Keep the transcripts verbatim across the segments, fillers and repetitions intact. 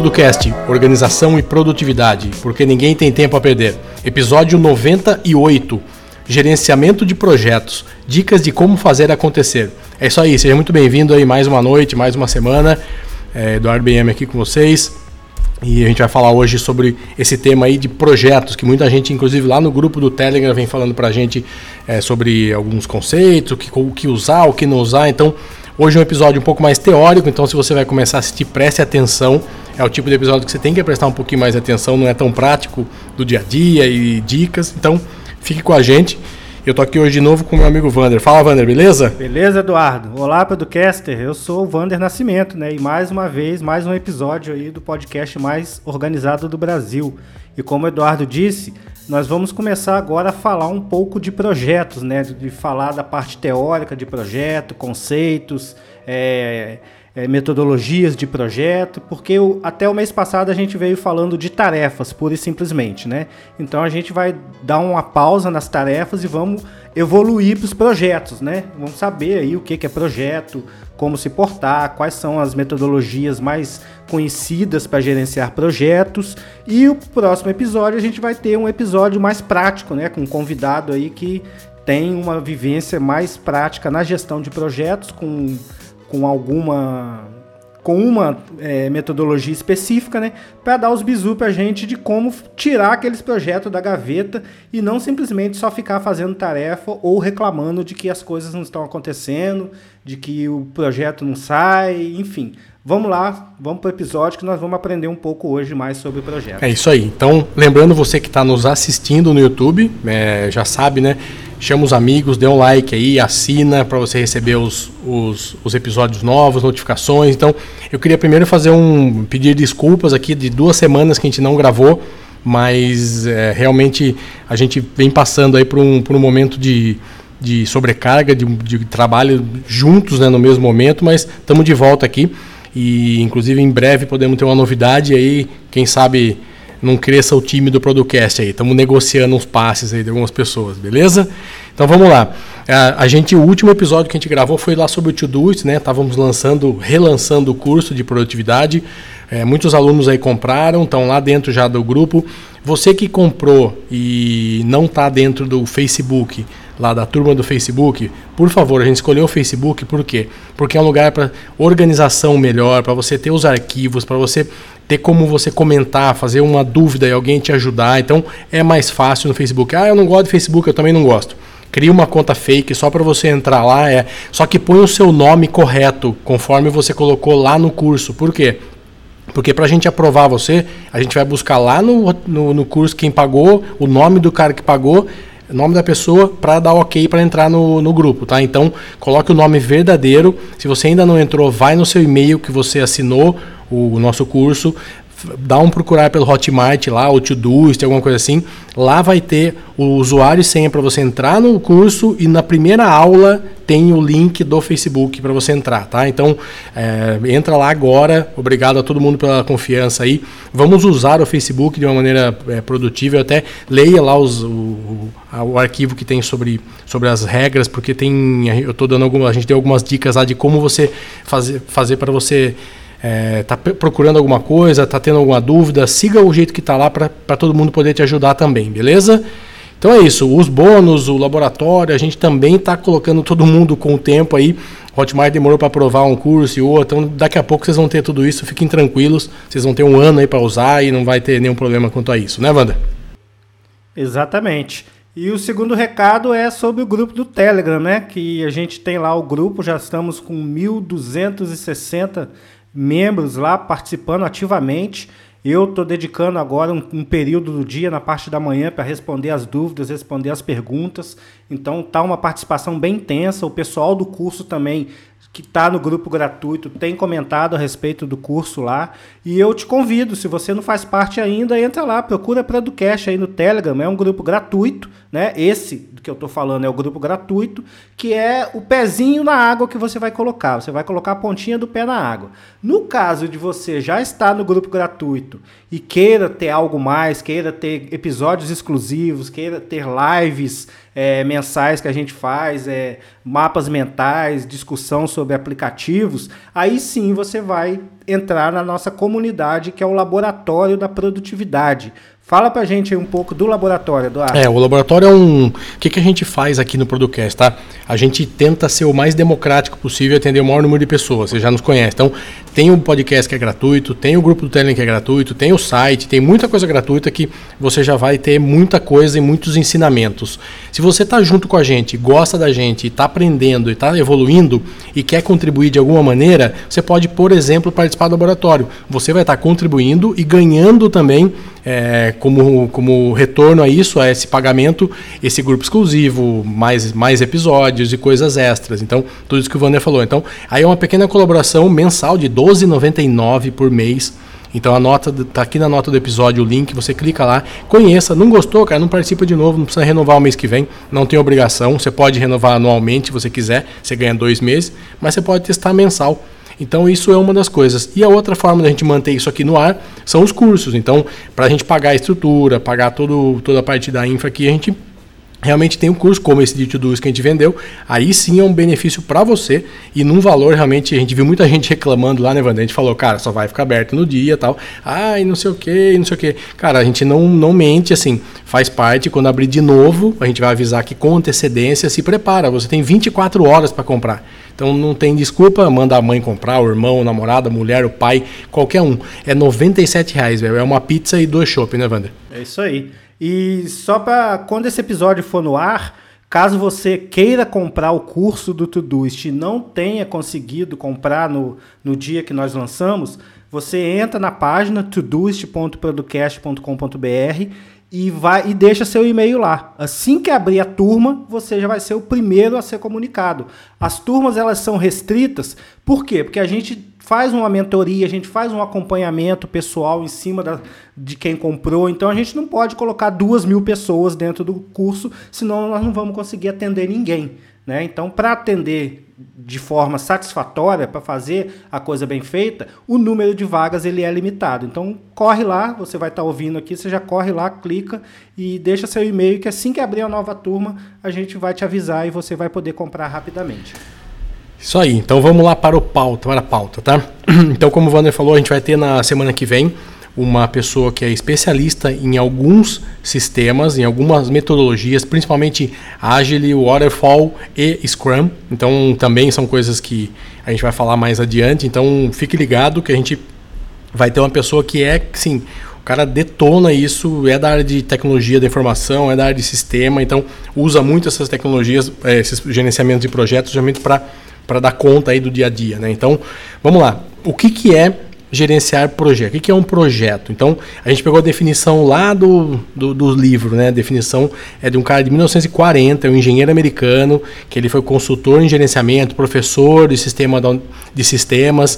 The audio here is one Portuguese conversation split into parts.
Producast, Organização e Produtividade, porque ninguém tem tempo a perder. Episódio noventa e oito, Gerenciamento de Projetos, dicas de como fazer acontecer. É isso aí, seja muito bem-vindo aí mais uma noite, mais uma semana. É, Eduardo B M aqui com vocês. E a gente vai falar hoje sobre esse tema aí de projetos, que muita gente, inclusive lá no grupo do Telegram, vem falando pra gente é, sobre alguns conceitos, o que, o que usar, o que não usar. Então, hoje é um episódio um pouco mais teórico, então se você vai começar a assistir, preste atenção. É o tipo de episódio que você tem que prestar um pouquinho mais de atenção, não é tão prático do dia a dia e dicas. Então, fique com a gente. Eu tô aqui hoje de novo com o meu amigo Wander. Fala, Wander, beleza? Beleza, Eduardo. Olá, Podcaster. Eu sou o Wander Nascimento, né? E mais uma vez, mais um episódio aí do podcast mais organizado do Brasil. E como o Eduardo disse, nós vamos começar agora a falar um pouco de projetos, né? De falar da parte teórica de projeto, conceitos, é... É, metodologias de projeto, porque o, até o mês passado a gente veio falando de tarefas, pura e simplesmente, né? Então a gente vai dar uma pausa nas tarefas e vamos evoluir para os projetos, né? Vamos saber aí o que, que é projeto, como se portar, quais são as metodologias mais conhecidas para gerenciar projetos. E o próximo episódio a gente vai ter um episódio mais prático, né? Com um convidado aí que tem uma vivência mais prática na gestão de projetos, com com alguma com uma é, metodologia específica, né, para dar os bizu para a gente de como tirar aqueles projetos da gaveta e não simplesmente só ficar fazendo tarefa ou reclamando de que as coisas não estão acontecendo, de que o projeto não sai, enfim. Vamos lá, vamos para o episódio que nós vamos aprender um pouco hoje mais sobre o projeto. É isso aí. Então, lembrando você que está nos assistindo no YouTube, é, já sabe, né? Chama os amigos, dê um like aí, assina para você receber os, os, os episódios novos, notificações. Então, eu queria primeiro fazer um pedir desculpas aqui de duas semanas que a gente não gravou, mas é, realmente a gente vem passando aí por um, por um momento de, de sobrecarga, de, de trabalho juntos, né, no mesmo momento, mas estamos de volta aqui. E, inclusive, em breve podemos ter uma novidade aí, quem sabe não cresça o time do Producast aí. Estamos negociando uns passes aí de algumas pessoas, beleza? Então, vamos lá. A, a gente, o último episódio que a gente gravou foi lá sobre o Todoist, né? Estávamos lançando, relançando o curso de produtividade. É, muitos alunos aí compraram, estão lá dentro já do grupo. Você que comprou e não está dentro do Facebook, lá da turma do Facebook, por favor, a gente escolheu o Facebook, por quê? Porque é um lugar para organização melhor, para você ter os arquivos, para você ter como você comentar, fazer uma dúvida e alguém te ajudar. Então, é mais fácil no Facebook. Ah, eu não gosto de Facebook, eu também não gosto. Cria uma conta fake só para você entrar lá, é. Só que põe o seu nome correto, conforme você colocou lá no curso. Por quê? Porque para a gente aprovar você, a gente vai buscar lá no, no, no curso quem pagou, o nome do cara que pagou, o nome da pessoa, para dar ok para entrar no, no grupo, tá? Então, coloque o nome verdadeiro. Se você ainda não entrou, vai no seu e-mail que você assinou o, o nosso curso, dá um procurar pelo Hotmart lá, ou Todoist, alguma coisa assim. Lá vai ter o usuário e senha para você entrar no curso e na primeira aula tem o link do Facebook para você entrar, tá? Então, é, entra lá agora. Obrigado a todo mundo pela confiança aí. Vamos usar o Facebook de uma maneira é, produtiva. Eu até leia lá os, o, o, o arquivo que tem sobre, sobre as regras, porque tem, eu tô dando alguma, a gente deu algumas dicas lá de como você fazer, fazer para você É, tá procurando alguma coisa, tá tendo alguma dúvida, siga o jeito que tá lá para todo mundo poder te ajudar também, beleza? Então é isso, os bônus, o laboratório, a gente também tá colocando todo mundo com o tempo aí. Hotmart demorou para aprovar um curso e outro, então daqui a pouco vocês vão ter tudo isso, fiquem tranquilos, vocês vão ter um ano aí para usar e não vai ter nenhum problema quanto a isso, né, Wander? Exatamente. E o segundo recado é sobre o grupo do Telegram, né? Que a gente tem lá o grupo, já estamos com mil duzentos e sessenta membros lá participando ativamente. Eu estou dedicando agora um, um período do dia na parte da manhã para responder as dúvidas, responder as perguntas. Então tá uma participação bem intensa. O pessoal do curso também, que está no grupo gratuito, tem comentado a respeito do curso lá. E eu te convido, se você não faz parte ainda, entra lá, procura Producast aí no Telegram. É um grupo gratuito, né? Esse do que eu estou falando é o grupo gratuito, que é o pezinho na água que você vai colocar. Você vai colocar a pontinha do pé na água. No caso de você já estar no grupo gratuito e queira ter algo mais, queira ter episódios exclusivos, queira ter lives é, mensais que a gente faz, é, mapas mentais, discussão sobre aplicativos, aí sim você vai entrar na nossa comunidade, que é o Laboratório da Produtividade. Fala pra gente aí um pouco do laboratório, Eduardo. É, o laboratório é um... O que, que a gente faz aqui no Producast, tá? A gente tenta ser o mais democrático possível e atender o maior número de pessoas, você já nos conhece. Então, tem o podcast que é gratuito, tem o grupo do Telegram que é gratuito, tem o site, tem muita coisa gratuita que você já vai ter muita coisa e muitos ensinamentos. Se você está junto com a gente, gosta da gente, está aprendendo e está evoluindo e quer contribuir de alguma maneira, você pode, por exemplo, participar do laboratório. Você vai estar contribuindo e ganhando também... É, como, como retorno a isso, a esse pagamento, esse grupo exclusivo, mais, mais episódios e coisas extras. Então, tudo isso que o Wander falou. Então, aí é uma pequena colaboração mensal de doze reais e noventa e nove centavos por mês. Então, a nota está aqui na nota do episódio, o link, você clica lá, conheça. Não gostou, cara, não participa de novo, não precisa renovar o mês que vem, não tem obrigação. Você pode renovar anualmente, se você quiser, você ganha dois meses, mas você pode testar mensal. Então isso é uma das coisas. E a outra forma da gente manter isso aqui no ar são os cursos. Então, para a gente pagar a estrutura, pagar todo, toda a parte da infra aqui, a gente realmente tem um curso como esse de To-Do's que a gente vendeu. Aí sim é um benefício para você e num valor realmente, a gente viu muita gente reclamando lá, né, Wander? A gente falou, cara, só vai ficar aberto no dia e tal. Ai, não sei o que, não sei o que. Cara, a gente não, não mente, assim, faz parte. Quando abrir de novo, a gente vai avisar que com antecedência se prepara. Você tem vinte e quatro horas para comprar. Então não tem desculpa, manda a mãe comprar, o irmão, a namorada, a mulher, o pai, qualquer um. É noventa e sete reais, velho. É uma pizza e dois chopp, né, Wander? É isso aí. E só para quando esse episódio for no ar, caso você queira comprar o curso do Todoist e não tenha conseguido comprar no, no dia que nós lançamos, você entra na página todoist ponto producast ponto com ponto b r e, vai, e deixa seu e-mail lá. Assim que abrir a turma, você já vai ser o primeiro a ser comunicado. As turmas, elas são restritas, por quê? Porque a gente faz uma mentoria, a gente faz um acompanhamento pessoal em cima da, de quem comprou, então a gente não pode colocar duas mil pessoas dentro do curso, senão nós não vamos conseguir atender ninguém, né? Então, para atender de forma satisfatória, para fazer a coisa bem feita, o número de vagas ele é limitado. Então, corre lá, você vai estar ouvindo aqui, você já corre lá, clica e deixa seu e-mail, que assim que abrir a nova turma, a gente vai te avisar e você vai poder comprar rapidamente. Isso aí, então vamos lá para o pauta, para a pauta, tá? Então, como o Wander falou, a gente vai ter na semana que vem uma pessoa que é especialista em alguns sistemas, em algumas metodologias, principalmente Agile, Waterfall e Scrum. Então, também são coisas que a gente vai falar mais adiante. Então, fique ligado que a gente vai ter uma pessoa que é, sim, o cara detona isso, é da área de tecnologia da informação, é da área de sistema, então usa muito essas tecnologias, esses gerenciamentos de projetos, justamente para para dar conta aí do dia a dia, né? Então, vamos lá. O que, que é gerenciar projeto? O que, que é um projeto? Então, a gente pegou a definição lá do, do, do livro, né? A definição é de um cara de mil novecentos e quarenta, é um engenheiro americano, que ele foi consultor em gerenciamento, professor de, sistema, de sistemas,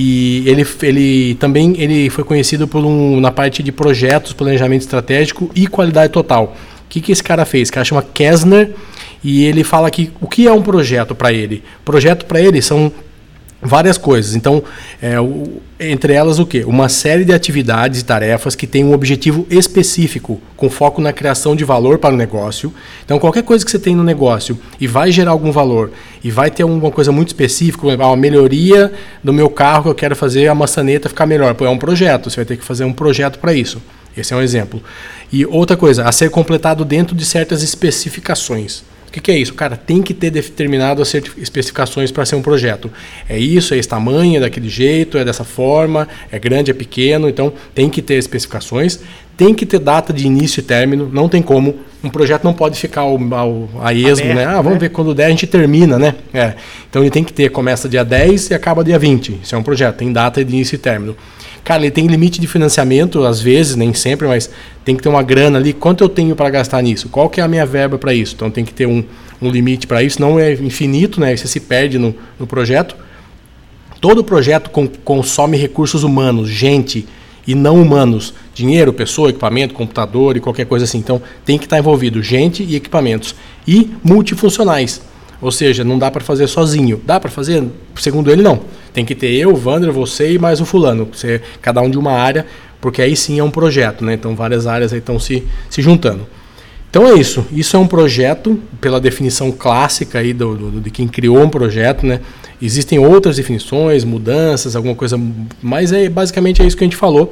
e ele, ele também ele foi conhecido por um, na parte de projetos, planejamento estratégico e qualidade total. O que, que esse cara fez? O cara chama Kessner, e ele fala que o que é um projeto para ele? Projeto para ele são várias coisas. Então, é, o, entre elas o quê? Uma série de atividades e tarefas que tem um objetivo específico, com foco na criação de valor para o negócio. Então, qualquer coisa que você tem no negócio e vai gerar algum valor e vai ter alguma coisa muito específica, uma melhoria do meu carro que eu quero fazer a maçaneta ficar melhor. Pô, é um projeto, você vai ter que fazer um projeto para isso. Esse é um exemplo. E outra coisa, a ser completado dentro de certas especificações. O que, que é isso? Cara, tem que ter determinadas especificações para ser um projeto. É isso, é esse tamanho, é daquele jeito, é dessa forma, é grande, é pequeno, então tem que ter especificações, tem que ter data de início e término, não tem como. Um projeto não pode ficar ao, ao, a esmo, aberto, né? Ah, vamos né? ver quando der, a gente termina, né? É. Então ele tem que ter, começa dia dez e acaba dia vinte. Isso é um projeto, tem data de início e término. Cara, ele tem limite de financiamento, às vezes, nem sempre, mas tem que ter uma grana ali. Quanto eu tenho para gastar nisso? Qual que é a minha verba para isso? Então tem que ter um, um limite para isso. Não é infinito, né? Você se perde no, no projeto. Todo projeto com, consome recursos humanos, gente e não humanos. Dinheiro, pessoa, equipamento, computador e qualquer coisa assim. Então tem que estar envolvido gente e equipamentos. E multifuncionais. Ou seja, não dá para fazer sozinho. Dá para fazer? Segundo ele, não. Tem que ter eu, o Wander, você e mais o fulano. Você, cada um de uma área, porque aí sim é um projeto, né? Então várias áreas aí estão se, se juntando. Então Então é isso. Isso é um projeto, pela definição clássica aí do, do, de quem criou um projeto, né? Existem outras definições, mudanças, alguma coisa, mas é, basicamente é isso que a gente falou.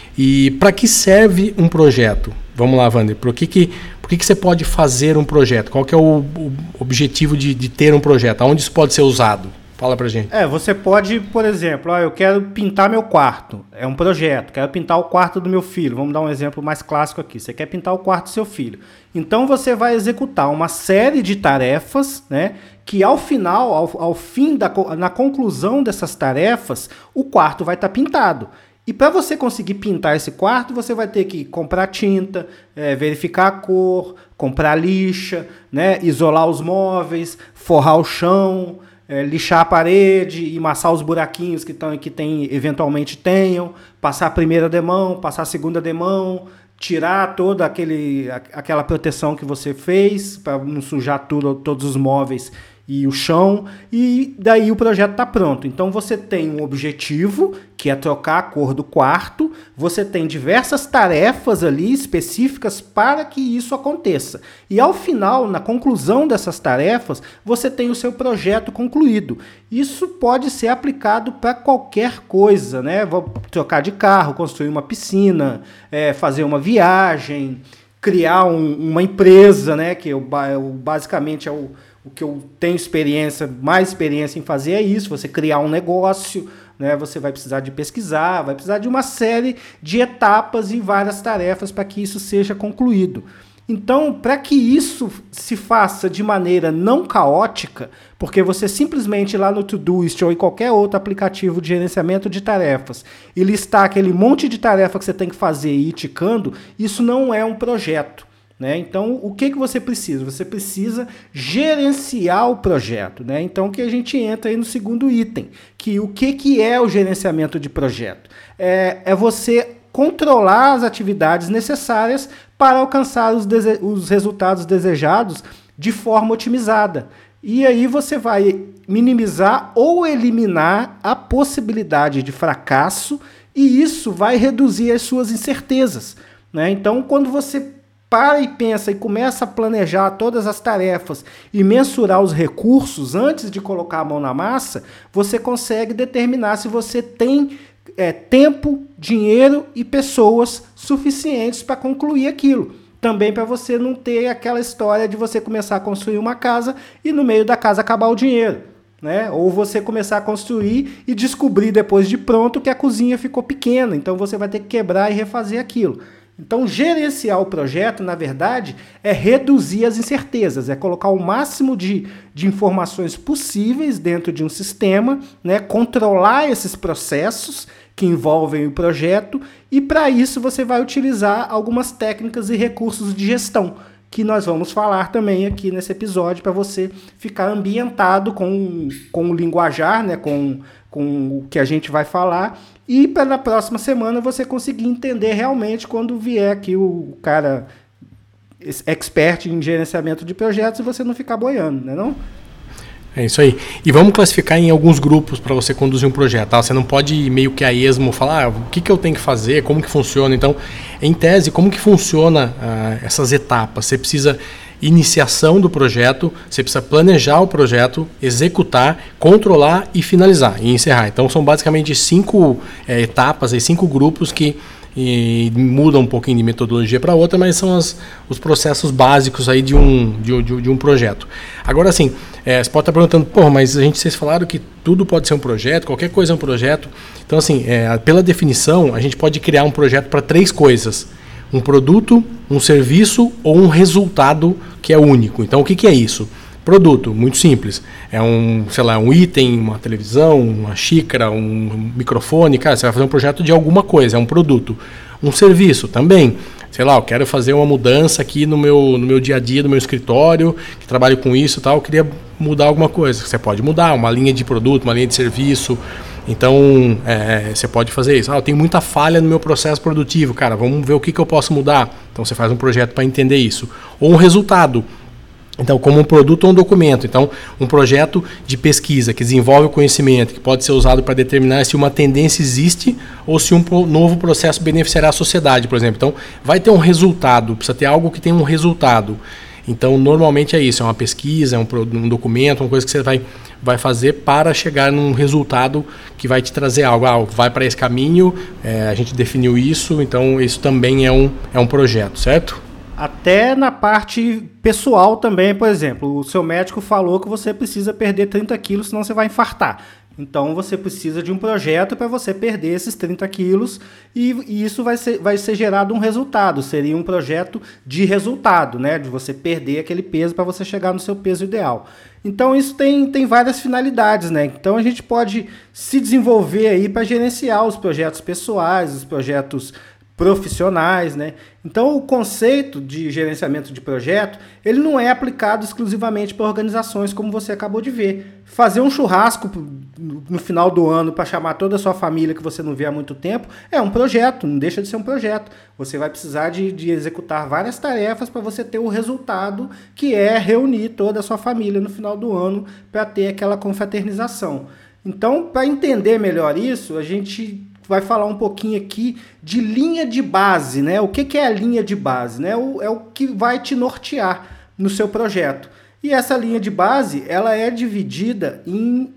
E para que serve um projeto? Vamos lá, Wander. Por que, que, por que, que você pode fazer um projeto? Qual que é o, o objetivo de, de ter um projeto? Aonde isso pode ser usado? Fala pra gente. É, você pode, por exemplo, ó, eu quero pintar meu quarto. É um projeto. Quero pintar o quarto do meu filho. Vamos dar um exemplo mais clássico aqui. Você quer pintar o quarto do seu filho. Então você vai executar uma série de tarefas, né? Que ao final, ao, ao fim, da, na conclusão dessas tarefas, o quarto vai estar pintado. E para você conseguir pintar esse quarto, você vai ter que comprar tinta, é, verificar a cor, comprar lixa, né? Isolar os móveis, forrar o chão, É, lixar a parede, emassar os buraquinhos que, tão, que tem, eventualmente tenham, passar a primeira demão, passar a segunda demão, tirar toda aquele, aquela proteção que você fez para não sujar tudo, todos os móveis e o chão, e daí o projeto está pronto. Então você tem um objetivo, que é trocar a cor do quarto, você tem diversas tarefas ali específicas para que isso aconteça. E ao final, na conclusão dessas tarefas, você tem o seu projeto concluído. Isso pode ser aplicado para qualquer coisa, né? Vou trocar de carro, construir uma piscina, é, fazer uma viagem, criar um, uma empresa, né? Que eu, eu, basicamente é o O que eu tenho experiência, mais experiência em fazer é isso, você criar um negócio, né? Você vai precisar de pesquisar, vai precisar de uma série de etapas e várias tarefas para que isso seja concluído. Então, para que isso se faça de maneira não caótica, porque você simplesmente lá no Todoist ou em qualquer outro aplicativo de gerenciamento de tarefas e listar aquele monte de tarefa que você tem que fazer e ir ticando, isso não é um projeto. Né? Então, o que, que você precisa? Você precisa gerenciar o projeto. Né? Então, que a gente entra aí no segundo item, que o que, que é o gerenciamento de projeto? É, é você controlar as atividades necessárias para alcançar os, dese- os resultados desejados de forma otimizada. E aí você vai minimizar ou eliminar a possibilidade de fracasso e isso vai reduzir as suas incertezas. Né? Então, quando você para e pensa e começa a planejar todas as tarefas e mensurar os recursos antes de colocar a mão na massa, você consegue determinar se você tem é, tempo, dinheiro e pessoas suficientes para concluir aquilo. Também para você não ter aquela história de você começar a construir uma casa e no meio da casa acabar o dinheiro. Né? Ou você começar a construir e descobrir depois de pronto que a cozinha ficou pequena, então você vai ter que quebrar e refazer aquilo. Então, gerenciar o projeto, na verdade, é reduzir as incertezas, é colocar o máximo de, de informações possíveis dentro de um sistema, né, controlar esses processos que envolvem o projeto e, para isso, você vai utilizar algumas técnicas e recursos de gestão, que nós vamos falar também aqui nesse episódio para você ficar ambientado com, com o linguajar, né, com, com o que a gente vai falar, e para na próxima semana você conseguir entender realmente quando vier aqui o cara expert em gerenciamento de projetos e você não ficar boiando, né não? É isso aí. E vamos classificar em alguns grupos para você conduzir um projeto. Tá? Você não pode ir meio que a esmo falar ah, o que, que eu tenho que fazer, como que funciona. Então, em tese, como que funciona ah, essas etapas? Você precisa iniciação do projeto, você precisa planejar o projeto, executar, controlar e finalizar e encerrar. Então, são basicamente cinco é, etapas, aí, cinco grupos que e muda um pouquinho de metodologia para outra, mas são as, os processos básicos aí de um, de, de, de um projeto. Agora, assim, é, você pode estar perguntando, pô, mas a gente, vocês falaram que tudo pode ser um projeto, qualquer coisa é um projeto. Então, assim, é, pela definição, a gente pode criar um projeto para três coisas. Um produto, um serviço ou um resultado que é único. Então, o que, que é isso? Produto, muito simples. É um, sei lá, um item, uma televisão, uma xícara, um microfone. Cara, você vai fazer um projeto de alguma coisa, é um produto. Um serviço também. Sei lá, eu quero fazer uma mudança aqui no meu, no meu dia a dia, no meu escritório, que trabalho com isso e tal, eu queria mudar alguma coisa. Você pode mudar uma linha de produto, uma linha de serviço. Então, é, você pode fazer isso. Ah, eu tenho muita falha no meu processo produtivo. Cara, vamos ver o que, que eu posso mudar. Então, você faz um projeto para entender isso. Ou um resultado. Então, como um produto ou um documento. Então, um projeto de pesquisa que desenvolve o conhecimento, que pode ser usado para determinar se uma tendência existe ou se um novo processo beneficiará a sociedade, por exemplo. Então, vai ter um resultado, precisa ter algo que tenha um resultado. Então, normalmente é isso, é uma pesquisa, é um, um documento, uma coisa que você vai, vai fazer para chegar num resultado que vai te trazer algo. Ah, vai para esse caminho, é, a gente definiu isso, então isso também é um, é um projeto, certo? Até na parte pessoal também, por exemplo, o seu médico falou que você precisa perder trinta quilos, senão você vai infartar. Então você precisa de um projeto para você perder esses trinta quilos e, e isso vai ser, vai ser gerado um resultado. Seria um projeto de resultado, né? De você perder aquele peso para você chegar no seu peso ideal. Então isso tem, tem várias finalidades, né? Então a gente pode se desenvolver aí para gerenciar os projetos pessoais, os projetos profissionais, né? Então o conceito de gerenciamento de projeto, ele não é aplicado exclusivamente para organizações, como você acabou de ver. Fazer um churrasco no final do ano para chamar toda a sua família que você não vê há muito tempo, é um projeto, não deixa de ser um projeto. Você vai precisar de, de executar várias tarefas para você ter o resultado, que é reunir toda a sua família no final do ano para ter aquela confraternização. Então, para entender melhor isso, a gente vai falar um pouquinho aqui de linha de base, né? O que, que é a linha de base, né? O, é o que vai te nortear no seu projeto. E essa linha de base, ela é dividida em,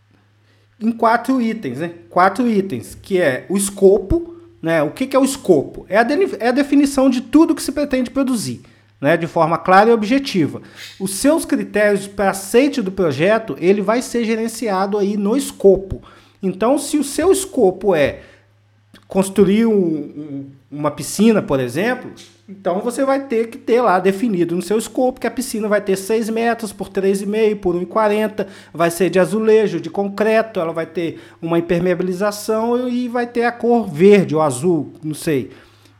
em quatro itens, né? Quatro itens, que é o escopo, né? O que, que é o escopo? É a, de, é a definição de tudo que se pretende produzir, né? De forma clara e objetiva. Os seus critérios para aceite do projeto, ele vai ser gerenciado aí no escopo. Então, se o seu escopo é construir um, um, uma piscina, por exemplo, então você vai ter que ter lá definido no seu escopo que a piscina vai ter seis metros por três vírgula cinco por um vírgula quarenta, vai ser de azulejo, de concreto, ela vai ter uma impermeabilização e vai ter a cor verde ou azul, não sei.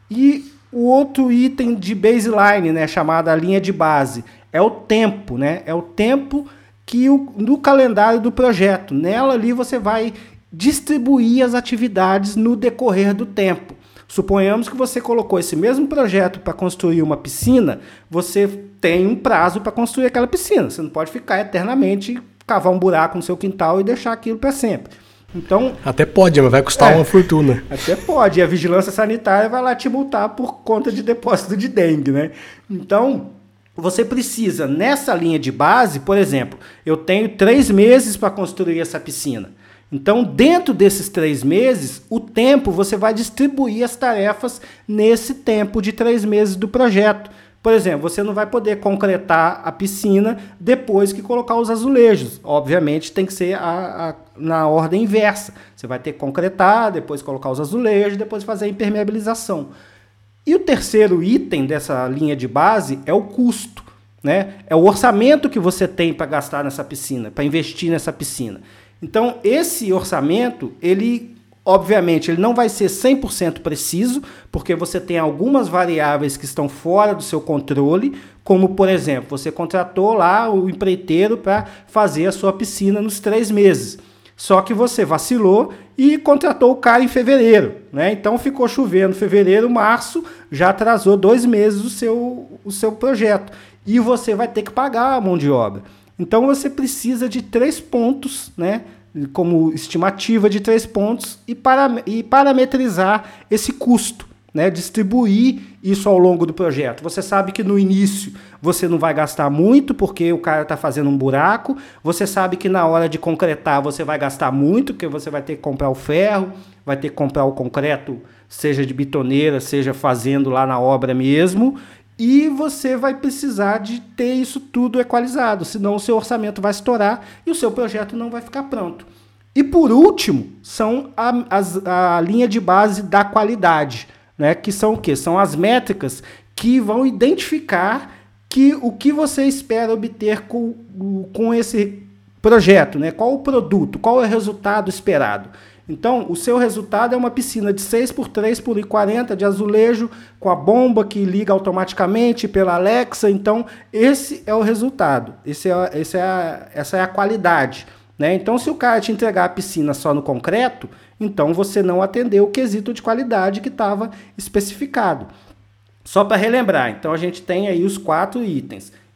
E o outro item de baseline, né, chamada linha de base, é o tempo, né? É o tempo que o, no calendário do projeto. Nela ali você vai distribuir as atividades no decorrer do tempo. Suponhamos que você colocou esse mesmo projeto para construir uma piscina, você tem um prazo para construir aquela piscina. Você não pode ficar eternamente, cavar um buraco no seu quintal e deixar aquilo para sempre. Então, até pode, mas vai custar é, uma fortuna. Até pode. E a vigilância sanitária vai lá te multar por conta de depósito de dengue, né? Então, você precisa, nessa linha de base, por exemplo, eu tenho três meses para construir essa piscina. Então, dentro desses três meses, o tempo, você vai distribuir as tarefas nesse tempo de três meses do projeto. Por exemplo, você não vai poder concretar a piscina depois que colocar os azulejos. Obviamente, tem que ser a, a, na ordem inversa. Você vai ter que concretar, depois colocar os azulejos, depois fazer a impermeabilização. E o terceiro item dessa linha de base é o custo, né? É o orçamento que você tem para gastar nessa piscina, para investir nessa piscina. Então, esse orçamento, ele, obviamente, ele não vai ser cem por cento preciso, porque você tem algumas variáveis que estão fora do seu controle, como, por exemplo, você contratou lá o empreiteiro para fazer a sua piscina nos três meses. Só que você vacilou e contratou o cara em fevereiro, né? Então ficou chovendo fevereiro, março, já atrasou dois meses o seu, o seu projeto. E você vai ter que pagar a mão de obra. Então você precisa de três pontos, né? Como estimativa de três pontos e, para, e parametrizar esse custo, né? Distribuir isso ao longo do projeto. Você sabe que no início você não vai gastar muito porque o cara está fazendo um buraco. Você sabe que na hora de concretar você vai gastar muito porque você vai ter que comprar o ferro, vai ter que comprar o concreto, seja de bitoneira, seja fazendo lá na obra mesmo. E você vai precisar de ter isso tudo equalizado, senão o seu orçamento vai estourar e o seu projeto não vai ficar pronto. E por último, são a, as, a linha de base da qualidade, né? Que são o quê? São as métricas que vão identificar que, o que você espera obter com, com esse projeto, né? Qual o produto, qual é o resultado esperado. Então, o seu resultado é uma piscina de seis por três por um vírgula quarenta de azulejo, com a bomba que liga automaticamente pela Alexa. Então, esse é o resultado. Esse é, esse é a, essa é a qualidade, né? Então, se o cara te entregar a piscina só no concreto, então você não atendeu o quesito de qualidade que estava especificado. Só para relembrar, então a gente tem aí os quatro itens.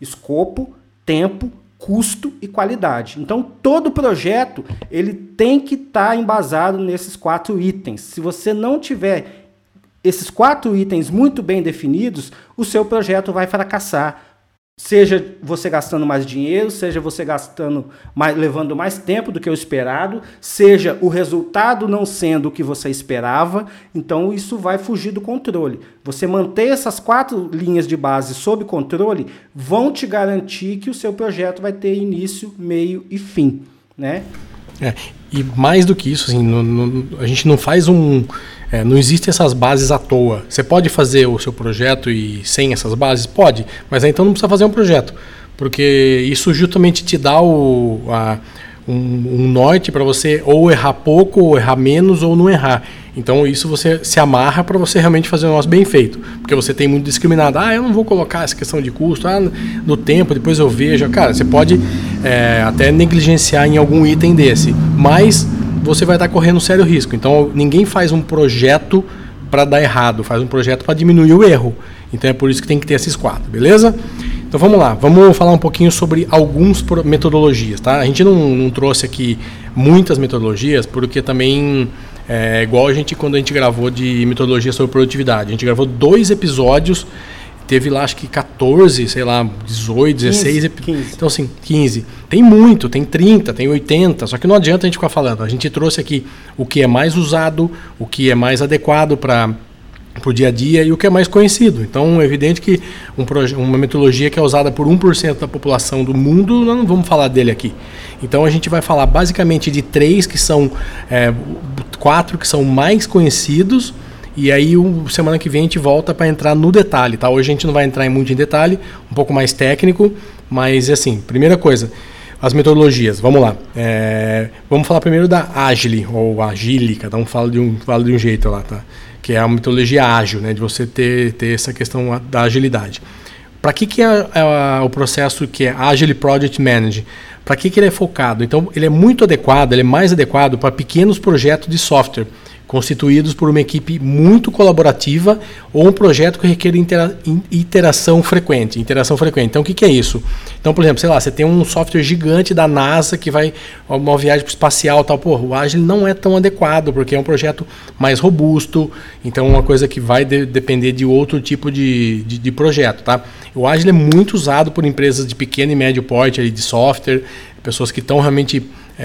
escopo, tempo, custo e qualidade. Então, todo projeto ele tem que estar tá embasado nesses quatro itens. Se você não tiver esses quatro itens muito bem definidos, o seu projeto vai fracassar. Seja você gastando mais dinheiro, seja você gastando mais, levando mais tempo do que o esperado, seja o resultado não sendo o que você esperava, então isso vai fugir do controle. Você manter essas quatro linhas de base sob controle vão te garantir que o seu projeto vai ter início, meio e fim, né? É, e mais do que isso, assim, no, no, a gente não faz um... É, não existem essas bases à toa. Você pode fazer o seu projeto e sem essas bases? Pode, mas aí então não precisa fazer um projeto, porque isso justamente te dá o, a, um, um norte para você ou errar pouco, ou errar menos, ou não errar. Então isso você se amarra para você realmente fazer um negócio bem feito, porque você tem muito discriminado. Ah, eu não vou colocar essa questão de custo, ah, do tempo, depois eu vejo. Cara, você pode é, até negligenciar em algum item desse, mas você vai estar correndo um sério risco. Então, ninguém faz um projeto para dar errado, faz um projeto para diminuir o erro. Então, é por isso que tem que ter esses quatro, beleza? Então, vamos lá. Vamos falar um pouquinho sobre algumas metodologias, tá? A gente não, não trouxe aqui muitas metodologias, porque também é igual a gente quando a gente gravou de metodologia sobre produtividade. A gente gravou dois episódios, teve lá acho que quatorze, sei lá, dezoito, dezesseis, quinze. Então assim, quinze. Tem muito, tem trinta, tem oitenta, só que não adianta a gente ficar falando. A gente trouxe aqui o que é mais usado, o que é mais adequado para o dia a dia e o que é mais conhecido. Então é evidente que um proje- uma metodologia que é usada por um por cento da população do mundo, nós não vamos falar dele aqui. Então a gente vai falar basicamente de três que são, é, quatro que são mais conhecidos. E aí, o, semana que vem, a gente volta para entrar no detalhe, tá? Hoje a gente não vai entrar em muito em detalhe, um pouco mais técnico, mas assim, primeira coisa, as metodologias, vamos lá. É, vamos falar primeiro da Agile, ou Agile, cada um fala de um, fala de um jeito lá, tá? Que é a metodologia ágil, né? De você ter, ter essa questão da agilidade. Para que, que é, é o processo que é Agile Project Management? Para que, que ele é focado? Então, ele é muito adequado, ele é mais adequado para pequenos projetos de software, constituídos por uma equipe muito colaborativa ou um projeto que requer intera- interação frequente. Interação frequente. Então, o que, que é isso? Então, por exemplo, sei lá, você tem um software gigante da NASA que vai uma viagem para o espacial e tal. Pô, o Agile não é tão adequado, porque é um projeto mais robusto, então é uma coisa que vai de- depender de outro tipo de, de, de projeto, tá? O Agile é muito usado por empresas de pequeno e médio porte ali, de software, pessoas que estão realmente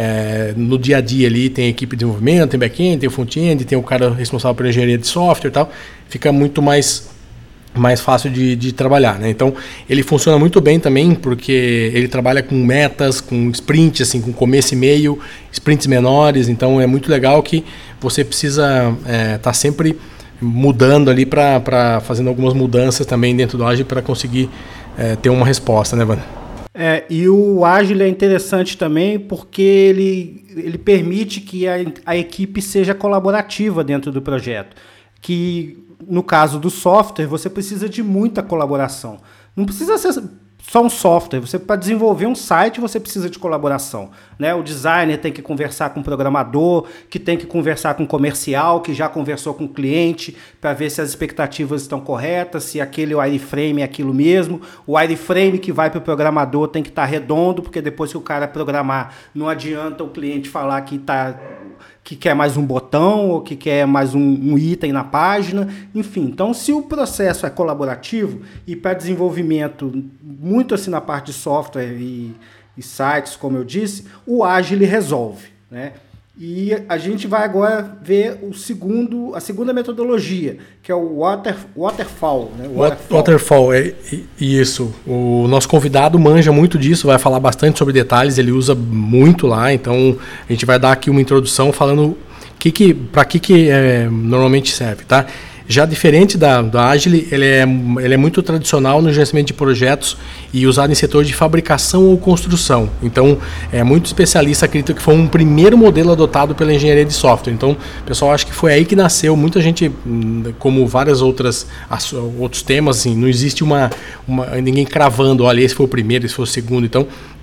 é, no dia a dia ali, tem equipe de desenvolvimento, tem back-end, tem o front-end, tem o cara responsável por engenharia de software e tal, fica muito mais, mais fácil de, de trabalhar, né? Então, ele funciona muito bem também, porque ele trabalha com metas, com sprints, assim, com começo e meio, sprints menores, então é muito legal que você precisa estar é, tá sempre mudando ali, para fazendo algumas mudanças também dentro do Agile para conseguir é, ter uma resposta, né, Wanda? É, e o Agile é interessante também porque ele, ele permite que a, a equipe seja colaborativa dentro do projeto. Que, no caso do software, você precisa de muita colaboração. Não precisa ser só um software. Você, para desenvolver um site, você precisa de colaboração, né? O designer tem que conversar com o programador, que tem que conversar com o comercial, que já conversou com o cliente, para ver se as expectativas estão corretas, se aquele wireframe é aquilo mesmo. O wireframe que vai para o programador tem que estar redondo, porque depois que o cara programar, não adianta o cliente falar que está... que quer mais um botão ou que quer mais um, um item na página, enfim. Então, se o processo é colaborativo e para desenvolvimento, muito assim na parte de software e, e sites, como eu disse, o Agile resolve, né? E a gente vai agora ver o segundo, a segunda metodologia, que é o water, Waterfall. Né? Waterfall, waterfall é, é isso. O nosso convidado manja muito disso, vai falar bastante sobre detalhes, ele usa muito lá, então a gente vai dar aqui uma introdução falando que que, para que, que é, normalmente serve, tá? Já diferente da, da Agile, ele é, ele é muito tradicional no gerenciamento de projetos e usado em setor de fabricação ou construção. Então, é muito especialista acredita que foi um primeiro modelo adotado pela engenharia de software. Então, o pessoal acha que foi aí que nasceu. Muita gente, como várias outras outros temas, assim, não existe uma, uma ninguém cravando, olha, esse foi o primeiro, esse foi o segundo. Então,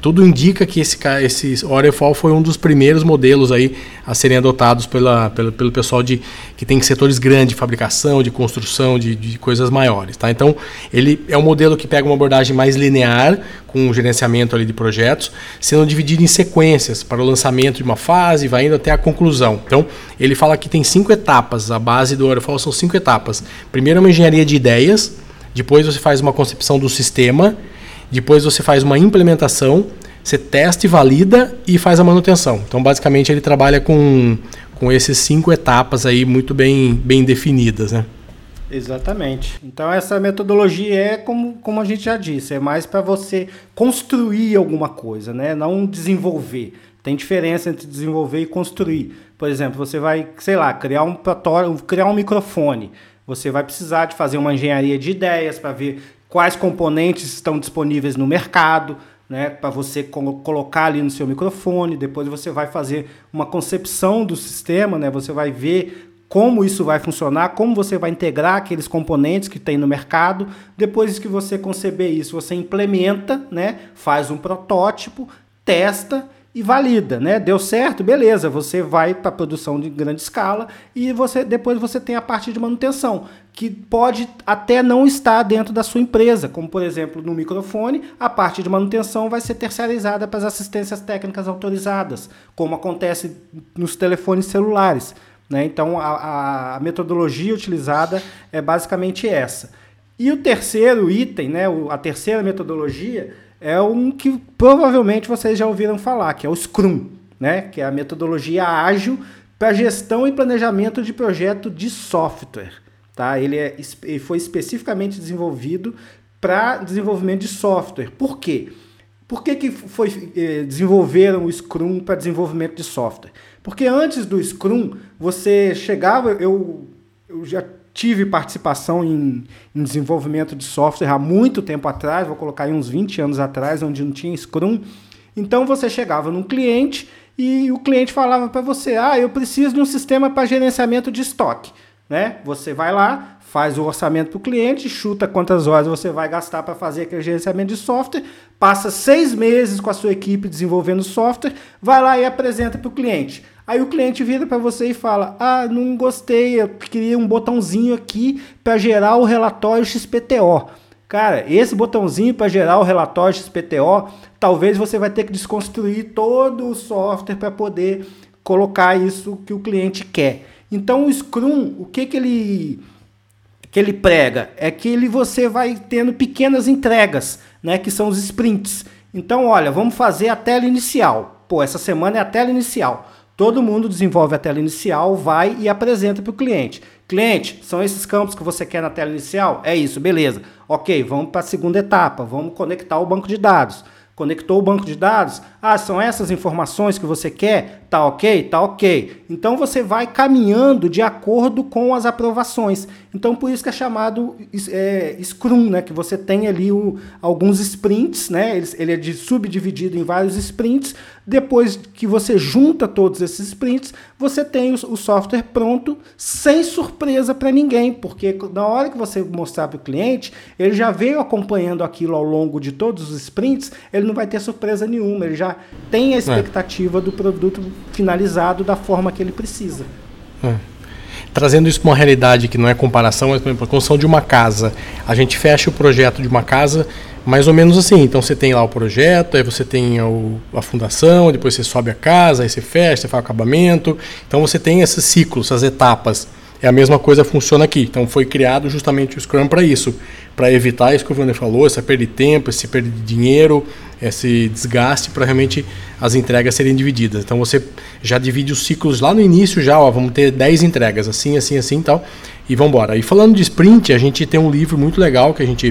tudo indica que esse, esse waterfall foi um dos primeiros modelos aí a serem adotados pela, pelo, pelo pessoal de, que tem setores grandes de fabricação, de construção, de, de coisas maiores. Tá? Então, ele é um modelo que pega uma abordagem mais linear, com o gerenciamento ali de projetos, sendo dividido em sequências para o lançamento de uma fase, vai indo até a conclusão. Então, ele fala que tem cinco etapas, a base do waterfall são cinco etapas. Primeiro é uma engenharia de ideias, depois você faz uma concepção do sistema, depois você faz uma implementação, você testa e valida e faz a manutenção. Então, basicamente, ele trabalha com, com essas cinco etapas aí muito bem, bem definidas, né? Exatamente. Então, essa metodologia é, como, como a gente já disse, é mais para você construir alguma coisa, né? Não desenvolver. Tem diferença entre desenvolver e construir. Por exemplo, você vai, sei lá, criar um protótipo, criar um microfone. Você vai precisar de fazer uma engenharia de ideias para ver quais componentes estão disponíveis no mercado, né, para você co- colocar ali no seu microfone. Depois você vai fazer uma concepção do sistema, né, você vai ver como isso vai funcionar, como você vai integrar aqueles componentes que tem no mercado. Depois que você conceber isso, você implementa, né, faz um protótipo, testa e valida, né? Deu certo? Beleza, você vai para a produção de grande escala e você, depois você tem a parte de manutenção, que pode até não estar dentro da sua empresa, como por exemplo no microfone, a parte de manutenção vai ser terceirizada para as assistências técnicas autorizadas, como acontece nos telefones celulares, né? Então a, a metodologia utilizada é basicamente essa. E o terceiro item, né, a terceira metodologia, é um que provavelmente vocês já ouviram falar, que é o Scrum, né? Que é a metodologia ágil para gestão e planejamento de projeto de software. Tá? Ele, é, ele foi especificamente desenvolvido para desenvolvimento de software. Por quê? Por que, que foi, eh, desenvolveram o Scrum para desenvolvimento de software? Porque antes do Scrum, você chegava... Eu, eu já tive participação em, em desenvolvimento de software há muito tempo atrás, vou colocar aí uns vinte anos atrás, onde não tinha Scrum. Então você chegava num cliente e o cliente falava para você, ah, eu preciso de um sistema para gerenciamento de estoque. Né? Você vai lá, faz o orçamento para o cliente, chuta quantas horas você vai gastar para fazer aquele gerenciamento de software, passa seis meses com a sua equipe desenvolvendo software, vai lá e apresenta para o cliente. Aí o cliente vira para você e fala, ah, não gostei, eu queria um botãozinho aqui para gerar o relatório X P T O. Cara, esse botãozinho para gerar o relatório X P T O, talvez você vai ter que desconstruir todo o software para poder colocar isso que o cliente quer. Então o Scrum, o que, que, ele, que ele prega? É que ele, você vai tendo pequenas entregas, né, que são os sprints. Então, olha, vamos fazer a tela inicial. Pô, essa semana é a tela inicial. Todo mundo desenvolve a tela inicial, vai e apresenta para o cliente. Cliente, são esses campos que você quer na tela inicial? É isso, beleza. Ok, vamos para a segunda etapa, vamos conectar o banco de dados. Conectou o banco de dados? Ah, são essas informações que você quer? Tá ok? Tá ok. Então você vai caminhando de acordo com as aprovações. Então por isso que é chamado é, Scrum, né? Que você tem ali o, alguns sprints, né? Ele, ele é de, subdividido em vários sprints. Depois que você junta todos esses sprints, você tem o, o software pronto, sem surpresa para ninguém, porque na hora que você mostrar para o cliente, ele já veio acompanhando aquilo ao longo de todos os sprints, ele não vai ter surpresa nenhuma, ele já tem a expectativa é. do produto finalizado da forma que ele precisa. É. Trazendo isso para uma realidade que não é comparação, mas por exemplo, a construção de uma casa. A gente fecha o projeto de uma casa mais ou menos assim. Então você tem lá o projeto, aí você tem o, a fundação, depois você sobe a casa, aí você fecha, você faz o acabamento. Então você tem esses ciclos, essas etapas. É a mesma coisa funciona aqui. Então foi criado justamente o Scrum para isso, para evitar isso que o Wander falou, essa perda de tempo, esse perda de dinheiro, esse desgaste, para realmente as entregas serem divididas. Então você já divide os ciclos lá no início, já ó, vamos ter dez entregas, assim, assim, assim e tal, e vamos embora. E falando de sprint, a gente tem um livro muito legal que a gente,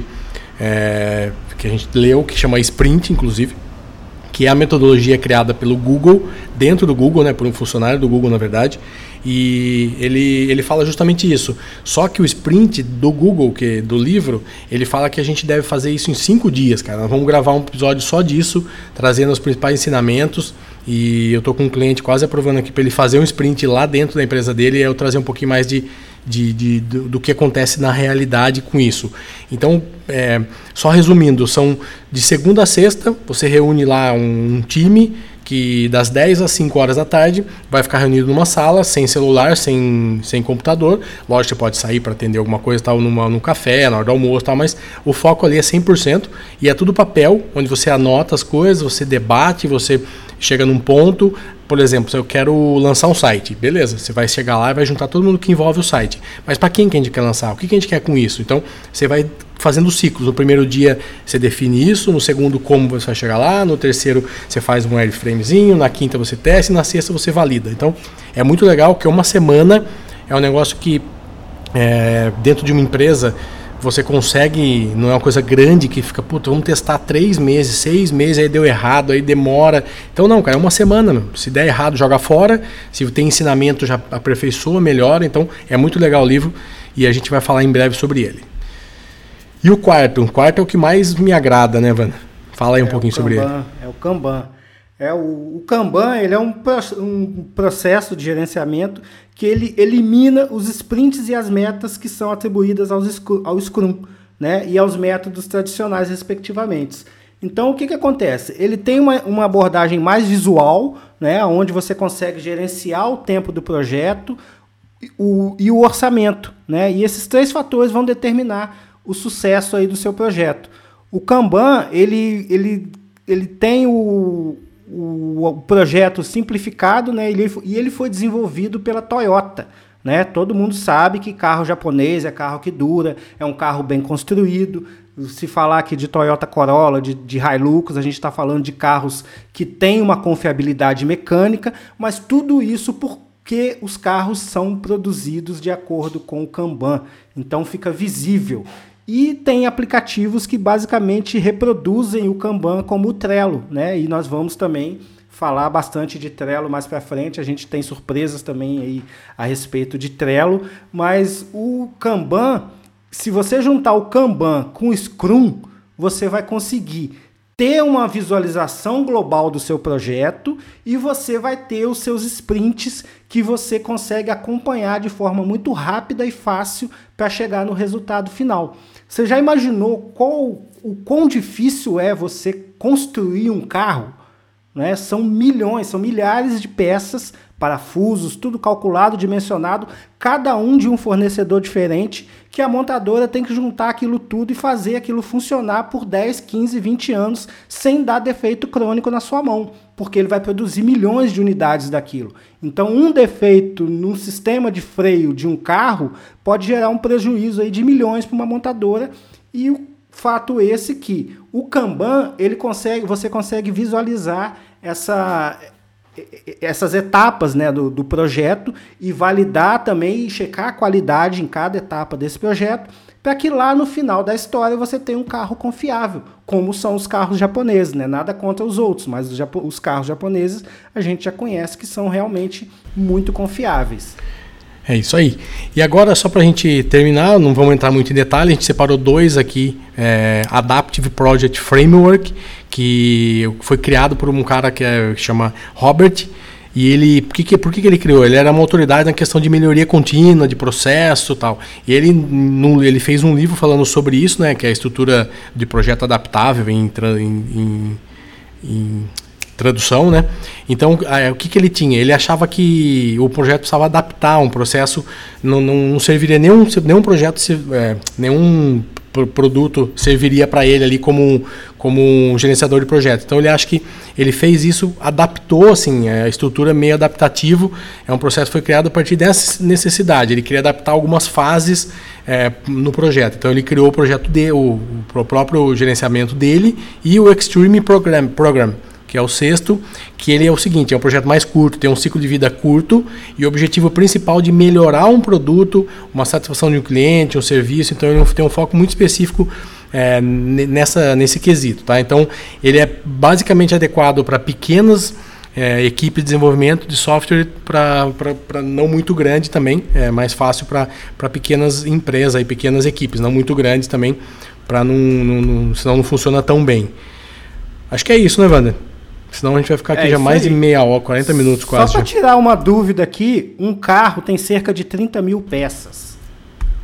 é, que a gente leu, que chama Sprint, inclusive, que é a metodologia criada pelo Google, dentro do Google, né, por um funcionário do Google, na verdade, e ele, ele fala justamente isso. Só que o sprint do Google, que do livro, ele fala que a gente deve fazer isso em cinco dias, cara. Nós vamos gravar um episódio só disso, trazendo os principais ensinamentos, e eu tô com um cliente quase aprovando aqui para ele fazer um sprint lá dentro da empresa dele, e eu trazer um pouquinho mais de, de, de, do, do que acontece na realidade com isso. Então, é, só resumindo, são de segunda a sexta, você reúne lá um, um time que das dez às cinco horas da tarde vai ficar reunido numa sala, sem celular, sem, sem computador. Lógico, você pode sair para atender alguma coisa, tal, numa, num café, na hora do almoço, tal, mas o foco ali é cem por cento e é tudo papel, onde você anota as coisas, você debate, você chega num ponto. Por exemplo, se eu quero lançar um site, beleza, você vai chegar lá e vai juntar todo mundo que envolve o site. Mas para quem que a gente quer lançar? O que, que a gente quer com isso? Então, você vai fazendo ciclos. No primeiro dia, você define isso. No segundo, como você vai chegar lá. No terceiro, você faz um wireframezinho. Na quinta, você testa. E na sexta, você valida. Então, é muito legal que uma semana é um negócio que, é, dentro de uma empresa, você consegue, não é uma coisa grande que fica, puta, vamos testar três meses, seis meses, aí deu errado, aí demora. Então não, cara, é uma semana, meu. Se der errado, joga fora. Se tem ensinamento, já aperfeiçoa, melhora. Então é muito legal o livro e a gente vai falar em breve sobre ele. E o quarto? O quarto é o que mais me agrada, né, Vanda? Fala aí um é pouquinho Kanban, sobre ele. É o Kanban. É o, o Kanban, ele é um, um processo de gerenciamento que ele elimina os sprints e as metas que são atribuídas aos, ao Scrum, né, e aos métodos tradicionais, respectivamente. Então, o que, que acontece? Ele tem uma, uma abordagem mais visual, né, onde você consegue gerenciar o tempo do projeto o, e o orçamento, né, e esses três fatores vão determinar o sucesso aí do seu projeto. O Kanban, ele, ele, ele tem o... o projeto simplificado, né, ele, e ele foi desenvolvido pela Toyota, né? Todo mundo sabe que carro japonês é carro que dura, é um carro bem construído. Se falar aqui de Toyota Corolla, de, de Hilux, a gente está falando de carros que têm uma confiabilidade mecânica, mas tudo isso porque os carros são produzidos de acordo com o Kanban, então fica visível. E tem aplicativos que basicamente reproduzem o Kanban como o Trello, né? E nós vamos também falar bastante de Trello mais para frente. A gente tem surpresas também aí a respeito de Trello. Mas o Kanban, se você juntar o Kanban com o Scrum, você vai conseguir ter uma visualização global do seu projeto e você vai ter os seus sprints que você consegue acompanhar de forma muito rápida e fácil para chegar no resultado final. Você já imaginou qual, o quão difícil é você construir um carro? Né? São milhões, são milhares de peças, parafusos, tudo calculado, dimensionado, cada um de um fornecedor diferente, que a montadora tem que juntar aquilo tudo e fazer aquilo funcionar por dez, quinze, vinte anos sem dar defeito crônico na sua mão, porque ele vai produzir milhões de unidades daquilo. Então, um defeito num sistema de freio de um carro pode gerar um prejuízo aí de milhões para uma montadora. E o fato esse que o Kanban, ele consegue, você consegue visualizar essa, essas etapas, né, do, do projeto e validar também e checar a qualidade em cada etapa desse projeto, para que lá no final da história você tenha um carro confiável, como são os carros japoneses, né? Nada contra os outros, mas os, japo- os carros japoneses a gente já conhece que são realmente muito confiáveis. É isso aí. E agora, só para a gente terminar, não vamos entrar muito em detalhe, a gente separou dois aqui, é, Adaptive Project Framework, que foi criado por um cara que, é, que chama Robert. E ele, por que, por que ele criou? Ele era uma autoridade na questão de melhoria contínua, de processo e tal. E ele, num, ele fez um livro falando sobre isso, né, que é a estrutura de projeto adaptável em, em, em, em tradução, né? Então, a, o que, que ele tinha? Ele achava que o projeto precisava adaptar um processo, não, não, não serviria nenhum, nenhum projeto, é, nenhum produto serviria para ele ali como um, como um gerenciador de projeto. Então ele acha que ele fez isso, adaptou assim, a estrutura meio adaptativo, é um processo que foi criado a partir dessa necessidade. Ele queria adaptar algumas fases é, no projeto. Então ele criou o projeto de, o, o próprio gerenciamento dele e o Extreme Program, Program que é o sexto, que ele é o seguinte, é um projeto mais curto, tem um ciclo de vida curto e o objetivo principal de melhorar um produto, uma satisfação de um cliente, um serviço, então ele tem um foco muito específico é, nessa, nesse quesito. Tá? Então ele é basicamente adequado para pequenas é, equipes de desenvolvimento de software, para não muito grande também, é mais fácil para pequenas empresas e pequenas equipes, não muito grandes também, para não, não, não, senão não funciona tão bem. Acho que é isso, né, Wander? Senão a gente vai ficar aqui é já mais aí. de meia hora, quarenta minutos quase. Só para tirar uma dúvida aqui, um carro tem cerca de trinta mil peças.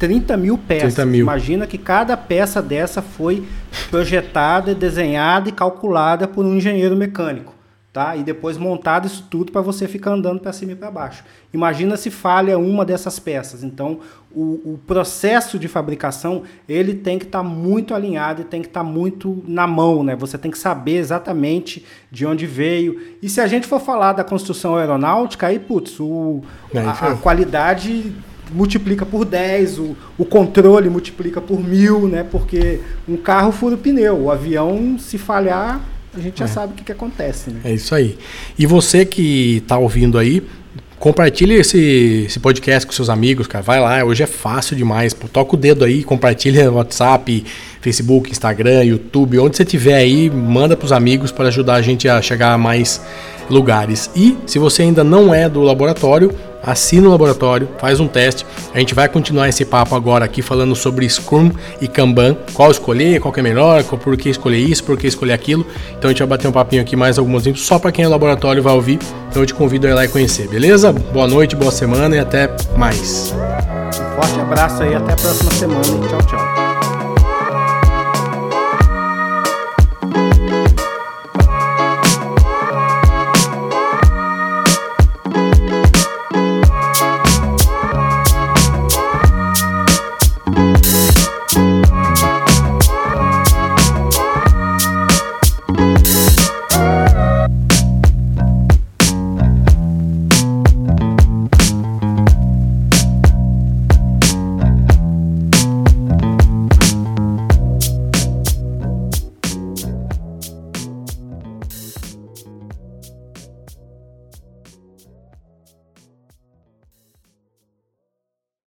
trinta mil peças. trinta mil. Imagina que cada peça dessa foi projetada, desenhada e calculada por um engenheiro mecânico. Tá? E depois montado isso tudo para você ficar andando para cima e para baixo. Imagina se falha uma dessas peças. Então, o, o processo de fabricação, ele tem que estar tá muito alinhado e tem que estar tá muito na mão, né? Você tem que saber exatamente de onde veio. E se a gente for falar da construção aeronáutica, aí, putz, o, a, a qualidade multiplica por dez, o, o controle multiplica por mil, né? Porque um carro fura o pneu, o avião, se falhar, a gente já é. sabe o que, que acontece, né? É isso aí. E você que está ouvindo aí, compartilhe esse, esse podcast com seus amigos, cara. Vai lá, hoje é fácil demais. Pô, toca o dedo aí, compartilha no WhatsApp, Facebook, Instagram, YouTube, onde você tiver aí, manda para os amigos para ajudar a gente a chegar a mais lugares. E se você ainda não é do laboratório, assina o laboratório, faz um teste. A gente vai continuar esse papo agora aqui falando sobre Scrum e Kanban, qual escolher, qual que é melhor, por que escolher isso, por que escolher aquilo. Então a gente vai bater um papinho aqui mais alguns minutos, só para quem é laboratório vai ouvir. Então eu te convido a ir lá e conhecer, beleza? Boa noite, boa semana e até mais. Um forte abraço aí, até a próxima semana e tchau, tchau.